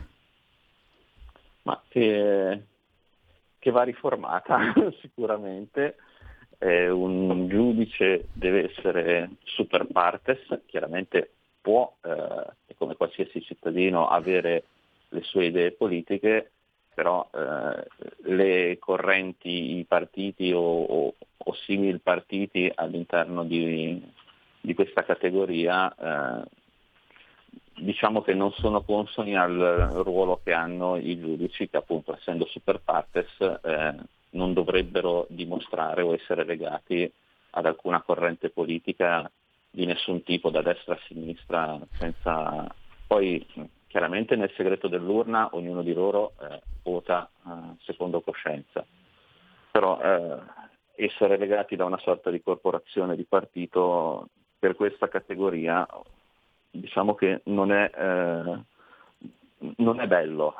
Ma che va riformata sicuramente. Un giudice deve essere super partes, chiaramente può, come qualsiasi cittadino, avere le sue idee politiche, però le correnti, i partiti o simili partiti all'interno di questa categoria diciamo che non sono consoni al ruolo che hanno i giudici, che appunto essendo super partes non dovrebbero dimostrare o essere legati ad alcuna corrente politica di nessun tipo, da destra a sinistra, senza poi chiaramente nel segreto dell'urna ognuno di loro vota secondo coscienza, però essere legati da una sorta di corporazione, di partito, per questa categoria diciamo che non è bello.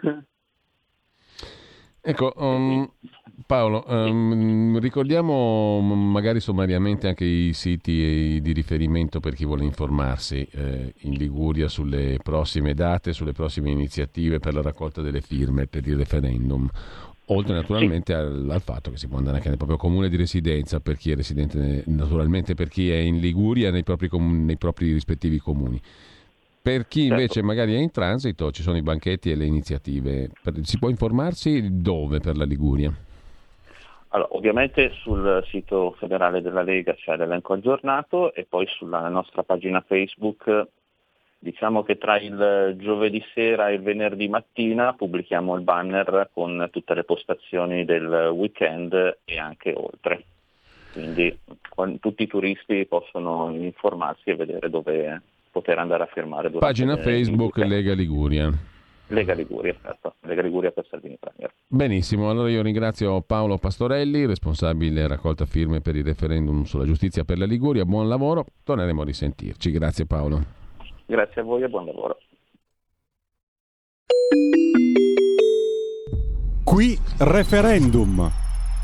Ecco, Paolo, ricordiamo magari sommariamente anche i siti di riferimento per chi vuole informarsi in Liguria sulle prossime date, sulle prossime iniziative per la raccolta delle firme per il referendum, oltre naturalmente al fatto che si può andare anche nel proprio comune di residenza per chi è residente, naturalmente per chi è in Liguria nei propri rispettivi comuni. Per chi invece magari è in transito ci sono i banchetti e le iniziative. Si può informarsi dove per la Liguria? Allora, ovviamente sul sito federale della Lega c'è l'elenco aggiornato e poi sulla nostra pagina Facebook, diciamo che tra il giovedì sera e il venerdì mattina pubblichiamo il banner con tutte le postazioni del weekend e anche oltre. Quindi tutti i turisti possono informarsi e vedere dove poter andare a firmare. Pagina Facebook Lega Liguria. Lega Liguria, certo. Lega Liguria per Salvini Premier. Benissimo, allora io ringrazio Paolo Pastorelli, responsabile raccolta firme per il referendum sulla giustizia per la Liguria. Buon lavoro, torneremo a risentirci. Grazie Paolo. Grazie a voi e buon lavoro. Qui referendum.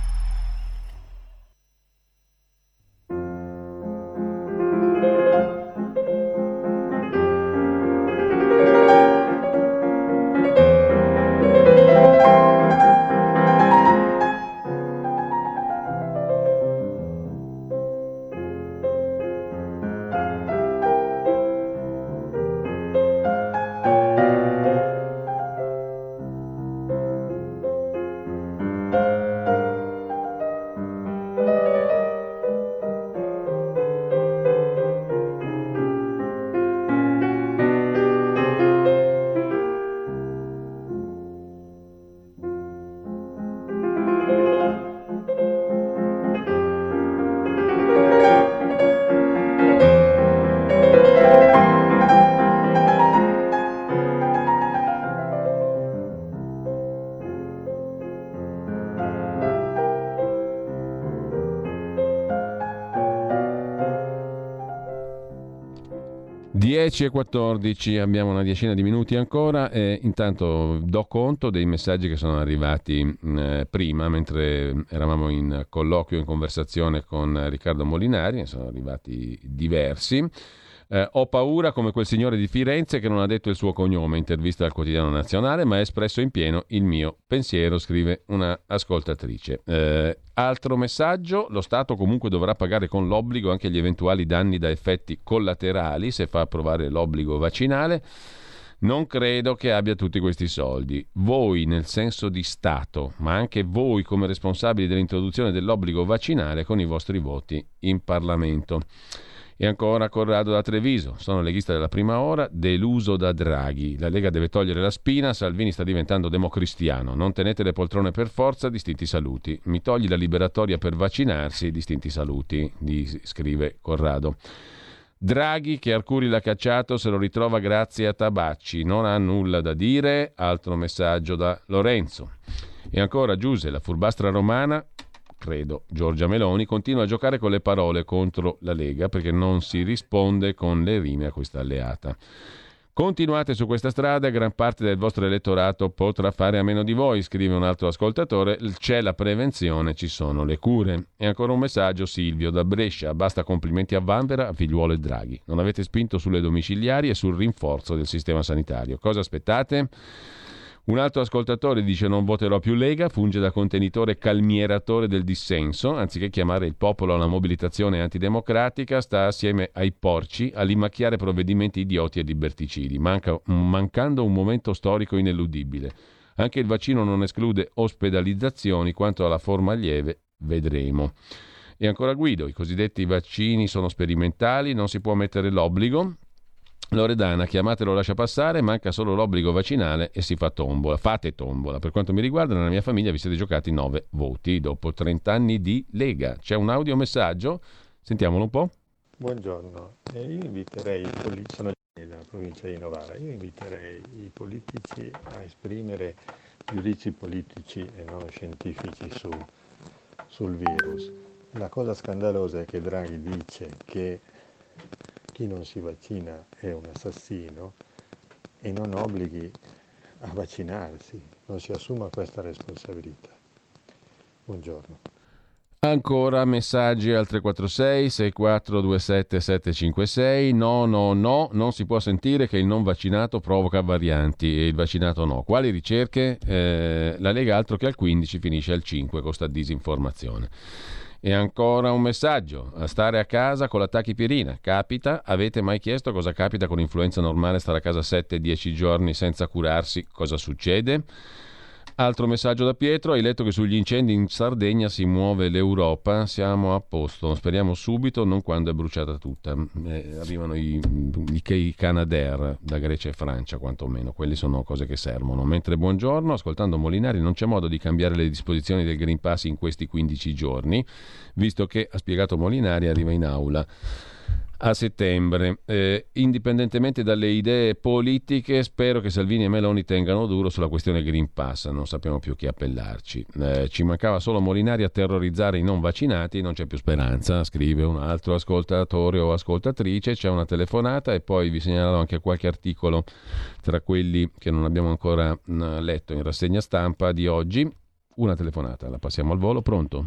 e 14, abbiamo una decina di minuti ancora e intanto do conto dei messaggi che sono arrivati prima mentre eravamo in colloquio, in conversazione con Riccardo Molinari, ne sono arrivati diversi. Ho paura come quel signore di Firenze che non ha detto il suo cognome, intervista al Quotidiano Nazionale, ma ha espresso in pieno il mio pensiero, scrive una ascoltatrice. Altro messaggio: lo Stato comunque dovrà pagare con l'obbligo anche gli eventuali danni da effetti collaterali se fa approvare l'obbligo vaccinale. Non credo che abbia tutti questi soldi. Voi nel senso di Stato, ma anche voi come responsabili dell'introduzione dell'obbligo vaccinale con i vostri voti in Parlamento. E ancora Corrado da Treviso: sono leghista della prima ora, deluso da Draghi. La Lega deve togliere la spina, Salvini sta diventando democristiano. Non tenete le poltrone per forza, distinti saluti. Mi togli la liberatoria per vaccinarsi, distinti saluti, scrive Corrado. Draghi, che Arcuri l'ha cacciato, se lo ritrova grazie a Tabacci. Non ha nulla da dire. Altro messaggio da Lorenzo. E ancora Giuse, la furbastra romana, credo Giorgia Meloni, continua a giocare con le parole contro la Lega perché non si risponde con le rime a questa alleata. Continuate su questa strada, gran parte del vostro elettorato potrà fare a meno di voi, scrive un altro ascoltatore. C'è la prevenzione, ci sono le cure. E ancora un messaggio, Silvio da Brescia: basta complimenti a Vanvera, a Figliuolo e Draghi. Non avete spinto sulle domiciliari e sul rinforzo del sistema sanitario. Cosa aspettate? Un altro ascoltatore dice: non voterò più Lega, funge da contenitore calmieratore del dissenso, anziché chiamare il popolo a una mobilitazione antidemocratica, sta assieme ai porci a limacchiare provvedimenti idioti e liberticidi, mancando un momento storico ineludibile. Anche il vaccino non esclude ospedalizzazioni, quanto alla forma lieve vedremo. E ancora Guido: i cosiddetti vaccini sono sperimentali, non si può mettere l'obbligo. Loredana: chiamatelo lascia passare, manca solo l'obbligo vaccinale e si fa tombola. Fate tombola. Per quanto mi riguarda, nella mia famiglia vi siete giocati 9 voti dopo 30 anni di Lega. C'è un audiomessaggio, sentiamolo un po'. Buongiorno, io inviterei i politici, sono della provincia di Novara, io inviterei i politici a esprimere giudizi politici e non scientifici sul virus. La cosa scandalosa è che Draghi dice che chi non si vaccina è un assassino e non obblighi a vaccinarsi, non si assuma questa responsabilità. Buongiorno. Ancora messaggi al 346 6427 756. No, non si può sentire che il non vaccinato provoca varianti e il vaccinato no. Quali ricerche? La Lega altro che al 15 finisce al 5 con sta disinformazione. E ancora un messaggio: a stare a casa con la tachipirina capita? Avete mai chiesto cosa capita con l'influenza normale, stare a casa 7-10 giorni senza curarsi? Cosa succede? Altro messaggio da Pietro: hai letto che sugli incendi in Sardegna si muove l'Europa? Siamo a posto, speriamo subito, non quando è bruciata tutta. Arrivano i Canadair da Grecia e Francia, quantomeno, quelli sono cose che servono. Mentre buongiorno, ascoltando Molinari, non c'è modo di cambiare le disposizioni del Green Pass in questi 15 giorni, visto che, ha spiegato Molinari, arriva in aula a settembre. Indipendentemente dalle idee politiche, spero che Salvini e Meloni tengano duro sulla questione Green Pass, non sappiamo più chi appellarci. Ci mancava solo Molinari a terrorizzare i non vaccinati, non c'è più speranza, scrive un altro ascoltatore o ascoltatrice. C'è una telefonata e poi vi segnalo anche qualche articolo tra quelli che non abbiamo ancora letto in rassegna stampa di oggi. Una telefonata, la passiamo al volo. Pronto?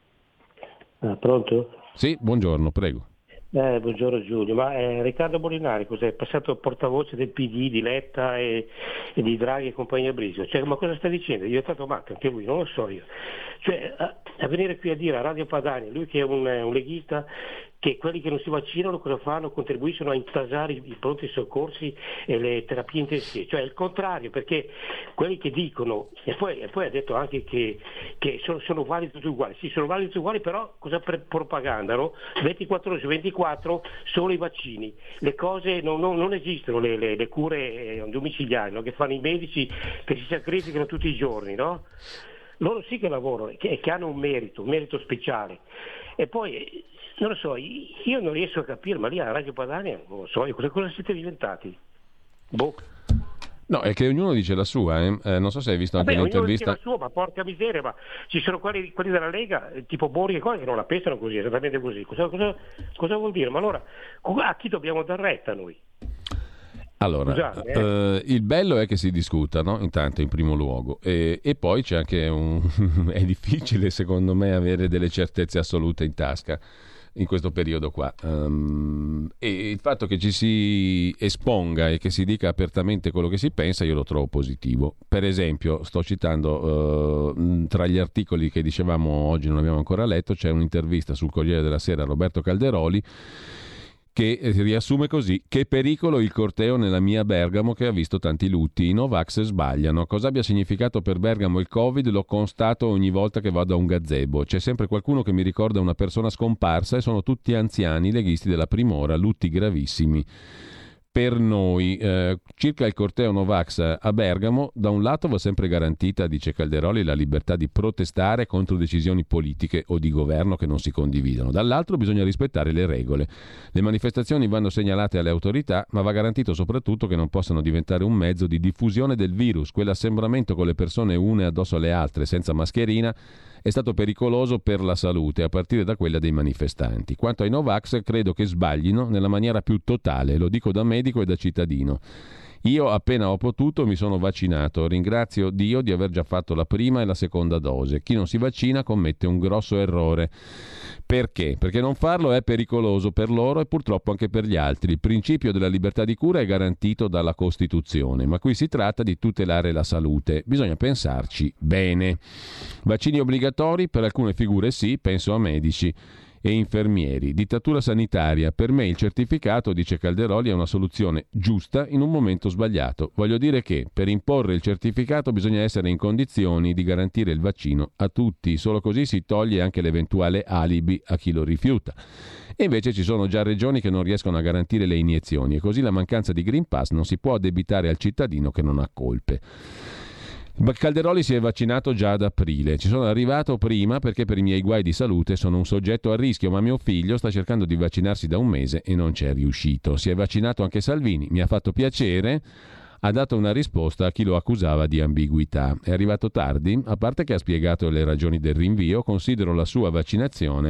Pronto? Sì, buongiorno, prego. Buongiorno Giulio, ma Riccardo Molinari cos'è? Passato portavoce del PD di Letta e di Draghi e compagnia Brisio, cioè, ma cosa sta dicendo? È diventato matto anche lui, non lo so io, cioè a venire qui a dire a Radio Padania, lui che è un leghista, che quelli che non si vaccinano cosa fanno? Contribuiscono a intasare i pronti soccorsi e le terapie intensive, cioè è il contrario, perché quelli che dicono, e poi ha detto anche che sono validi tutti uguali, sì, sono validi tutti uguali, però cosa propaganda, no? 24 ore su 24 solo i vaccini, le cose non esistono, le cure domiciliari, no? Che fanno i medici che si sacrificano tutti i giorni, no? Loro sì che lavorano, che hanno un merito speciale. E poi non lo so, io non riesco a capire, ma lì a Radio Padania non lo so, cosa siete diventati? Boh. No, è che ognuno dice la sua, non so se hai visto anche l'intervista. Ognuno dice la sua, ma porca miseria, ma ci sono quelli della Lega, tipo Borghi e cose, che non la pensano così, esattamente così. Cosa vuol dire? Ma allora a chi dobbiamo dar retta noi? Allora, scusate, il bello è che si discuta, no? Intanto in primo luogo, e poi c'è anche è difficile secondo me avere delle certezze assolute in tasca in questo periodo qua, e il fatto che ci si esponga e che si dica apertamente quello che si pensa io lo trovo positivo. Per esempio, sto citando tra gli articoli che dicevamo oggi non abbiamo ancora letto, c'è un'intervista sul Corriere della Sera a Roberto Calderoli che riassume così: che pericolo il corteo nella mia Bergamo che ha visto tanti lutti, i Novax sbagliano, cosa abbia significato per Bergamo il Covid lo constato ogni volta che vado a un gazebo, c'è sempre qualcuno che mi ricorda una persona scomparsa e sono tutti anziani leghisti della Primora, lutti gravissimi per noi. Circa il corteo Novax a Bergamo, da un lato va sempre garantita, dice Calderoli, la libertà di protestare contro decisioni politiche o di governo che non si condividono, dall'altro bisogna rispettare le regole. Le manifestazioni vanno segnalate alle autorità, ma va garantito soprattutto che non possano diventare un mezzo di diffusione del virus. Quell'assembramento con le persone une addosso alle altre senza mascherina è stato pericoloso per la salute, a partire da quella dei manifestanti. Quanto ai Novax, credo che sbaglino nella maniera più totale, lo dico da medico e da cittadino. Io appena ho potuto mi sono vaccinato, ringrazio Dio di aver già fatto la prima e la seconda dose. Chi non si vaccina commette un grosso errore. Perché? Perché non farlo è pericoloso per loro e purtroppo anche per gli altri. Il principio della libertà di cura è garantito dalla Costituzione, ma qui si tratta di tutelare la salute. Bisogna pensarci bene. Vaccini obbligatori per alcune figure sì, penso a medici e infermieri. Dittatura sanitaria. Per me il certificato, dice Calderoli, è una soluzione giusta in un momento sbagliato. Voglio dire che per imporre il certificato bisogna essere in condizioni di garantire il vaccino a tutti. Solo così si toglie anche l'eventuale alibi a chi lo rifiuta. E invece ci sono già regioni che non riescono a garantire le iniezioni e così la mancanza di Green Pass non si può addebitare al cittadino che non ha colpe. Calderoli si è vaccinato già ad aprile. Ci sono arrivato prima perché per i miei guai di salute sono un soggetto a rischio, ma mio figlio sta cercando di vaccinarsi da un mese e non c'è riuscito. Si è vaccinato anche Salvini, mi ha fatto piacere, ha dato una risposta a chi lo accusava di ambiguità. È arrivato tardi, a parte che ha spiegato le ragioni del rinvio, considero la sua vaccinazione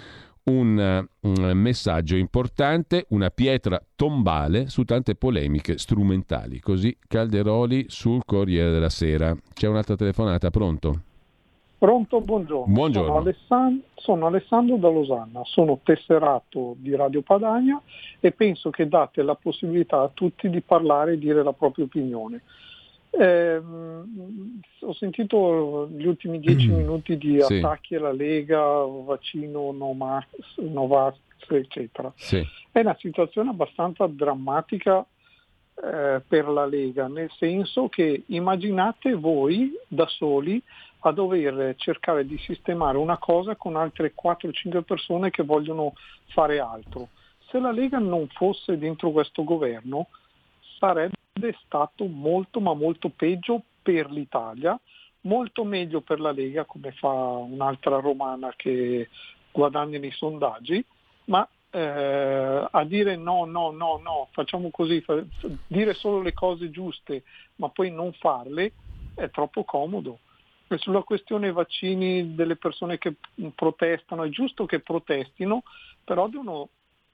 un messaggio importante, una pietra tombale su tante polemiche strumentali. Così Calderoli sul Corriere della Sera. C'è un'altra telefonata, pronto? Pronto, buongiorno. Buongiorno. Sono Alessandro da Losanna, sono tesserato di Radio Padania e penso che date la possibilità a tutti di parlare e dire la propria opinione. Ho sentito gli ultimi 10 minuti di attacchi alla Lega, vaccino, Novax, eccetera. Sì. È una situazione abbastanza drammatica per la Lega, nel senso che immaginate voi da soli a dover cercare di sistemare una cosa con altre 4-5 persone che vogliono fare altro. Se la Lega non fosse dentro questo governo sarebbe stato molto ma molto peggio per l'Italia, molto meglio per la Lega, come fa un'altra romana che guadagna nei sondaggi, ma a dire no, facciamo così, dire solo le cose giuste ma poi non farle è troppo comodo. E sulla questione vaccini delle persone che protestano, è giusto che protestino, però devono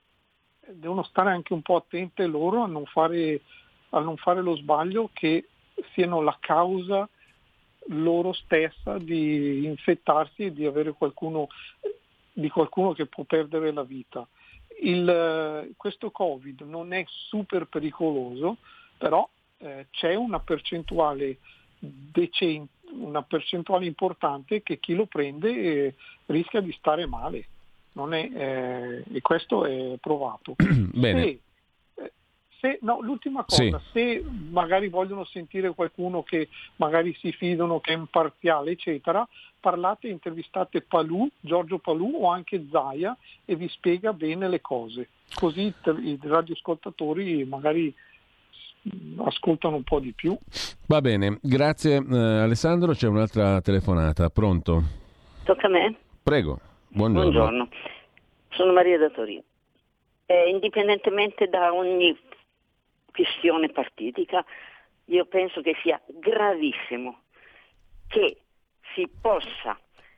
stare anche un po' attente loro a non fare lo sbaglio che siano la causa loro stessa di infettarsi e di avere qualcuno che può perdere la vita. Questo Covid non è super pericoloso, però c'è una percentuale una percentuale importante che chi lo prende rischia di stare male. E questo è provato. Bene. L'ultima cosa, se magari vogliono sentire qualcuno che magari si fidano, che è imparziale, eccetera, parlate, intervistate Giorgio Palù o anche Zaia e vi spiega bene le cose. Così i radioascoltatori magari ascoltano un po' di più. Va bene, grazie Alessandro. C'è un'altra telefonata. Pronto? Tocca a me? Prego. Buongiorno. Sono Maria da Torino. Indipendentemente da ogni questione partitica, io penso che sia gravissimo che si possa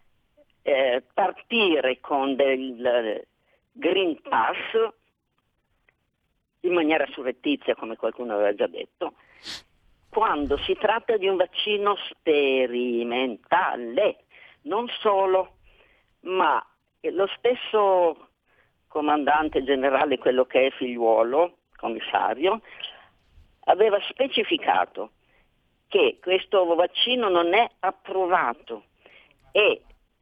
partire con del Green Pass in maniera surrettizia, come qualcuno aveva già detto, quando si tratta di un vaccino sperimentale. Non solo, ma lo stesso comandante generale, quello che è Figliuolo, commissario, aveva specificato che questo vaccino non è approvato e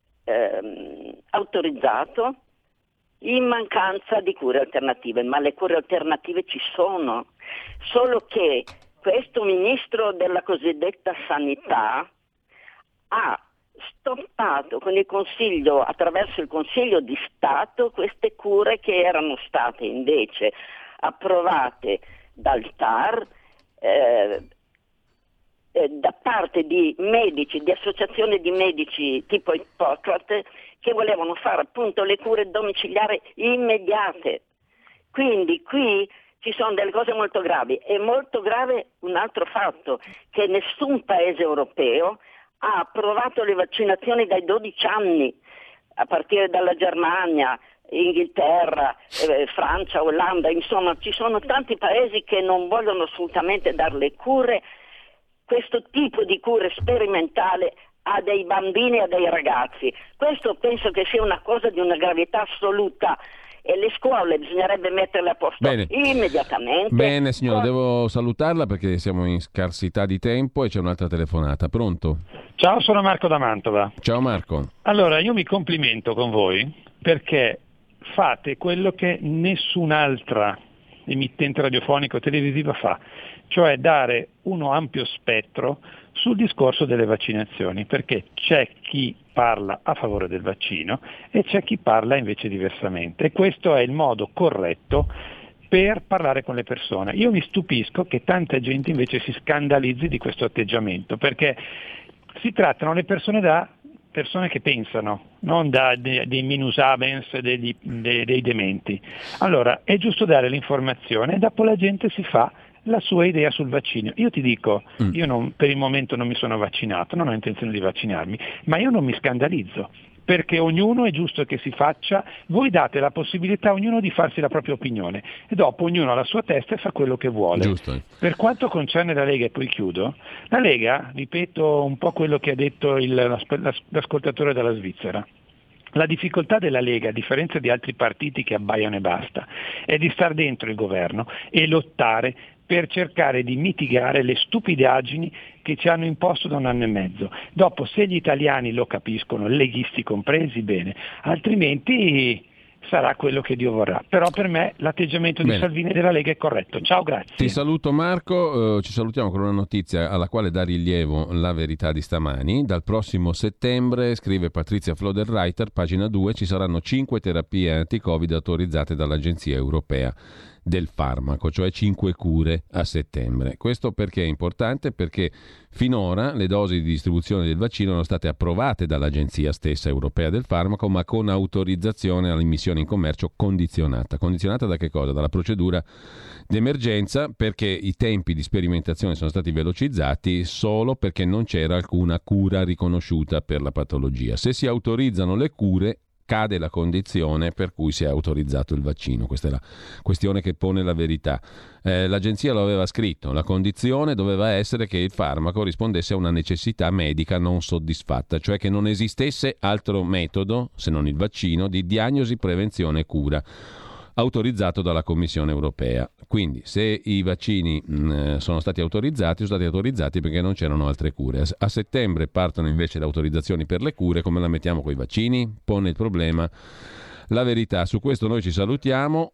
autorizzato in mancanza di cure alternative, ma le cure alternative ci sono, solo che questo ministro della cosiddetta sanità ha stoppato con il Consiglio, attraverso il Consiglio di Stato, queste cure che erano state invece approvate dal TAR da parte di medici, di associazioni di medici tipo Ippocrate, che volevano fare appunto le cure domiciliari immediate. Quindi qui ci sono delle cose molto gravi. È molto grave un altro fatto, che nessun paese europeo ha approvato le vaccinazioni dai 12 anni, a partire dalla Germania, Inghilterra, Francia, Olanda, insomma ci sono tanti paesi che non vogliono assolutamente dare le cure, questo tipo di cure sperimentale a dei bambini e a dei ragazzi. Questo penso che sia una cosa di una gravità assoluta e le scuole bisognerebbe metterle a posto immediatamente. Bene signora, devo salutarla perché siamo in scarsità di tempo e c'è un'altra telefonata. Pronto? Ciao, sono Marco da Mantova. Ciao Marco. Allora, io mi complimento con voi perché fate quello che nessun'altra emittente radiofonica o televisiva fa, cioè dare uno ampio spettro sul discorso delle vaccinazioni, perché c'è chi parla a favore del vaccino e c'è chi parla invece diversamente, e questo è il modo corretto per parlare con le persone. Io mi stupisco che tanta gente invece si scandalizzi di questo atteggiamento, perché si trattano le persone da persone che pensano, non da dei minus abens, dei dementi. Allora è giusto dare l'informazione e dopo la gente si fa la sua idea sul vaccino. Io ti dico, io per il momento non mi sono vaccinato, non ho intenzione di vaccinarmi, ma io non mi scandalizzo, perché ognuno è giusto che si faccia, voi date la possibilità a ognuno di farsi la propria opinione e dopo ognuno ha la sua testa e fa quello che vuole. Giusto. Per quanto concerne la Lega, e poi chiudo, la Lega, ripeto un po' quello che ha detto l'ascoltatore dalla Svizzera. La difficoltà della Lega, a differenza di altri partiti che abbaiano e basta, è di star dentro il governo e lottare per cercare di mitigare le stupidaggini che ci hanno imposto da 1 anno e mezzo. Dopo, se gli italiani lo capiscono, leghisti compresi, bene, altrimenti sarà quello che Dio vorrà. Però per me l'atteggiamento di Salvini e della Lega è corretto. Ciao, grazie. Ti saluto Marco, ci salutiamo con una notizia alla quale dà rilievo La Verità di stamani. Dal prossimo settembre, scrive Patrizia Floderreiter, pagina 2, ci saranno 5 terapie anti-Covid autorizzate dall'Agenzia Europea del Farmaco, cioè 5 cure a settembre. Questo perché è importante? Perché finora le dosi di distribuzione del vaccino erano state approvate dall'Agenzia stessa Europea del Farmaco, ma con autorizzazione all'immissione in commercio condizionata. Condizionata da che cosa? Dalla procedura di emergenza, perché i tempi di sperimentazione sono stati velocizzati solo perché non c'era alcuna cura riconosciuta per la patologia. Se si autorizzano le cure, cade la condizione per cui si è autorizzato il vaccino. Questa è la questione che pone La Verità. L'agenzia lo aveva scritto, la condizione doveva essere che il farmaco rispondesse a una necessità medica non soddisfatta, cioè che non esistesse altro metodo, se non il vaccino, di diagnosi, prevenzione e cura autorizzato dalla Commissione Europea. Quindi se i vaccini sono stati autorizzati perché non c'erano altre cure. A settembre partono invece le autorizzazioni per le cure. Come la mettiamo con i vaccini? Pone il problema La Verità. Su questo noi ci salutiamo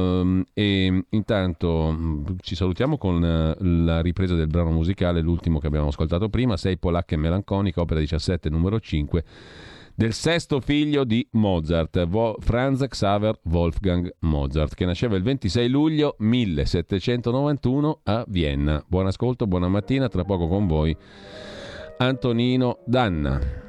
e intanto ci salutiamo con la ripresa del brano musicale, l'ultimo che abbiamo ascoltato prima, Sei polacca e melanconica, opera 17 numero 5 del sesto figlio di Mozart, Franz Xaver Wolfgang Mozart, che nasceva il 26 luglio 1791 a Vienna. Buon ascolto, buona mattina, tra poco con voi Antonino Danna.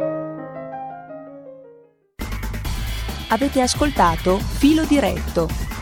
Avete ascoltato Filo Diretto,